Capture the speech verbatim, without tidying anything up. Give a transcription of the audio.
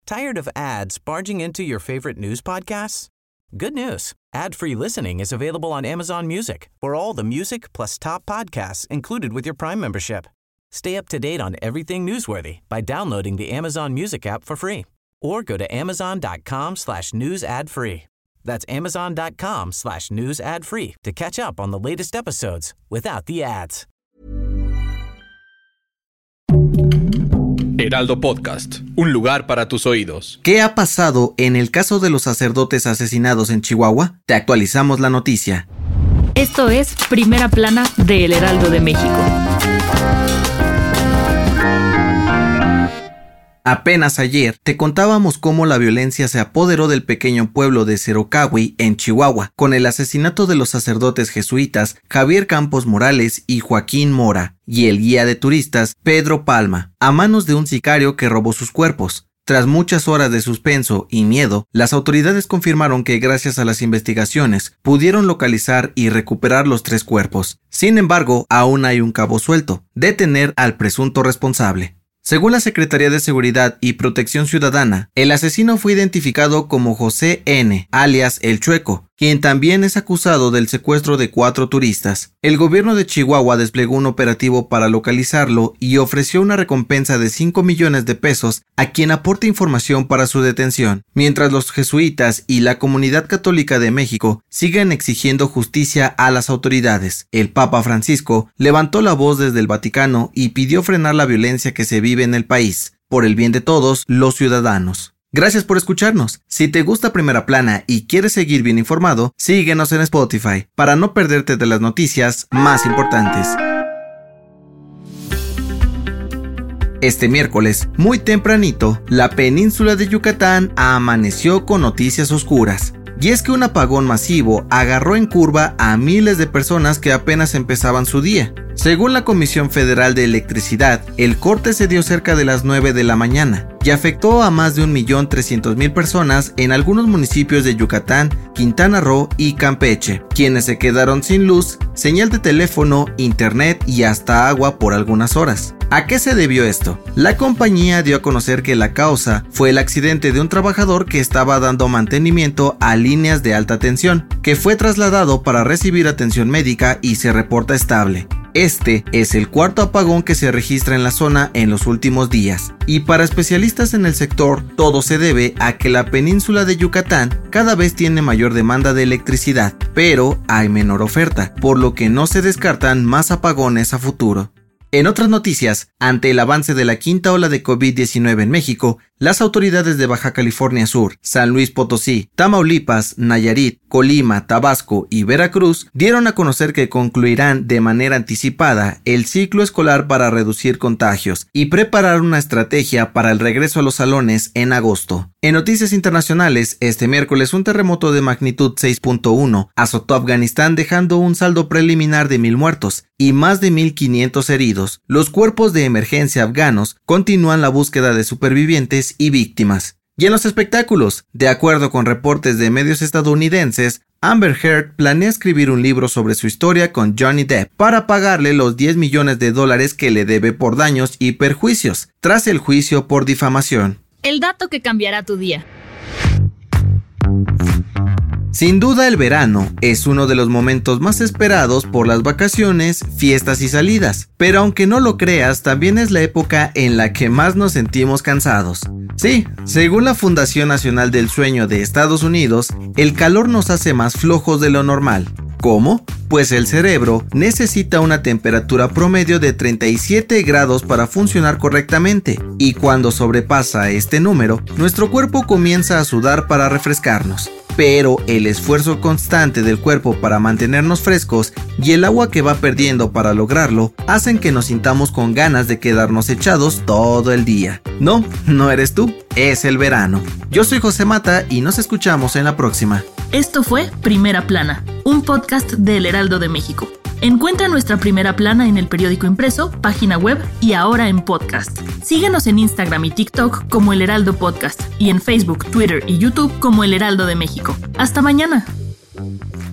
Tired of ads barging into your favorite news podcasts? Good news. Ad-free listening is available on Amazon Music for all the music plus top podcasts included with your Prime membership. Stay up to date on everything newsworthy by downloading the Amazon Music app for free or go to amazon.com slash news ad free. That's amazon.com slash news ad free to catch up on the latest episodes without the ads. Heraldo Podcast, un lugar para tus oídos. ¿Qué ha pasado en el caso de los sacerdotes asesinados en Chihuahua? Te actualizamos la noticia. Esto es Primera Plana de El Heraldo de México. Apenas ayer te contábamos cómo la violencia se apoderó del pequeño pueblo de Cerocahui, en Chihuahua, con el asesinato de los sacerdotes jesuitas Javier Campos Morales y Joaquín Mora, y el guía de turistas Pedro Palma, a manos de un sicario que robó sus cuerpos. Tras muchas horas de suspenso y miedo, las autoridades confirmaron que gracias a las investigaciones pudieron localizar y recuperar los tres cuerpos. Sin embargo, aún hay un cabo suelto: detener al presunto responsable. Según la Secretaría de Seguridad y Protección Ciudadana, el asesino fue identificado como José N., alias El Chueco, quien también es acusado del secuestro de cuatro turistas. El gobierno de Chihuahua desplegó un operativo para localizarlo y ofreció una recompensa de cinco millones de pesos a quien aporte información para su detención, mientras los jesuitas y la comunidad católica de México siguen exigiendo justicia a las autoridades. El Papa Francisco levantó la voz desde el Vaticano y pidió frenar la violencia que se vive en el país, por el bien de todos los ciudadanos. Gracias por escucharnos. Si te gusta Primera Plana y quieres seguir bien informado, síguenos en Spotify para no perderte de las noticias más importantes. Este miércoles, muy tempranito, la península de Yucatán amaneció con noticias oscuras. Y es que un apagón masivo agarró en curva a miles de personas que apenas empezaban su día. Según la Comisión Federal de Electricidad, el corte se dio cerca de las nueve de la mañana y afectó a más de un millón trescientas mil personas en algunos municipios de Yucatán, Quintana Roo y Campeche, quienes se quedaron sin luz, señal de teléfono, internet y hasta agua por algunas horas. ¿A qué se debió esto? La compañía dio a conocer que la causa fue el accidente de un trabajador que estaba dando mantenimiento a líneas de alta tensión, que fue trasladado para recibir atención médica y se reporta estable. Este es el cuarto apagón que se registra en la zona en los últimos días, y para especialistas en el sector, todo se debe a que la península de Yucatán cada vez tiene mayor demanda de electricidad, pero hay menor oferta, por lo que no se descartan más apagones a futuro. En otras noticias, ante el avance de la quinta ola de covid diecinueve en México, las autoridades de Baja California Sur, San Luis Potosí, Tamaulipas, Nayarit, Colima, Tabasco y Veracruz dieron a conocer que concluirán de manera anticipada el ciclo escolar para reducir contagios y preparar una estrategia para el regreso a los salones en agosto. En noticias internacionales, este miércoles un terremoto de magnitud seis punto uno azotó Afganistán dejando un saldo preliminar de mil muertos y más de mil quinientos heridos. Los cuerpos de emergencia afganos continúan la búsqueda de supervivientes y víctimas. Y en los espectáculos, de acuerdo con reportes de medios estadounidenses, Amber Heard planea escribir un libro sobre su historia con Johnny Depp para pagarle los diez millones de dólares que le debe por daños y perjuicios, tras el juicio por difamación. El dato que cambiará tu día. Sin duda el verano es uno de los momentos más esperados por las vacaciones, fiestas y salidas, pero aunque no lo creas, también es la época en la que más nos sentimos cansados. Sí, según la Fundación Nacional del Sueño de Estados Unidos, el calor nos hace más flojos de lo normal. ¿Cómo? Pues el cerebro necesita una temperatura promedio de treinta y siete grados para funcionar correctamente, y cuando sobrepasa este número, nuestro cuerpo comienza a sudar para refrescarnos. Pero el esfuerzo constante del cuerpo para mantenernos frescos y el agua que va perdiendo para lograrlo hacen que nos sintamos con ganas de quedarnos echados todo el día. No, no eres tú, es el verano. Yo soy José Mata y nos escuchamos en la próxima. Esto fue Primera Plana, un podcast de El Heraldo de México. Encuentra nuestra Primera Plana en el periódico impreso, página web y ahora en podcast. Síguenos en Instagram y TikTok como El Heraldo Podcast y en Facebook, Twitter y YouTube como El Heraldo de México. ¡Hasta mañana!